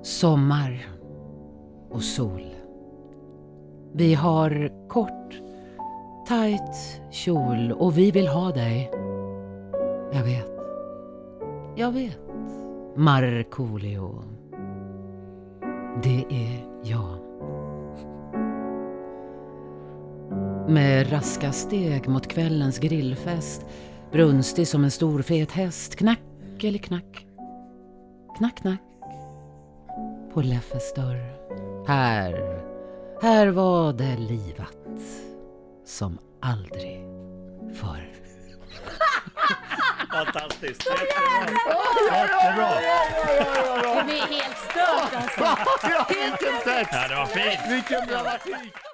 Sommar och sol. Vi har kort, tajt kjol och vi vill ha dig. Jag vet. Markoolio. Det är jag. Med raska steg mot kvällens grillfest, brunstig som en stor fet häst, knack eller knack. Knack, knack. På Leffes dörr. Här var det livat som aldrig förr. Fantastiskt. Jättebra. Det är helt stört alltså. Vilken text. Ja, det var fint. Vilken dramatik.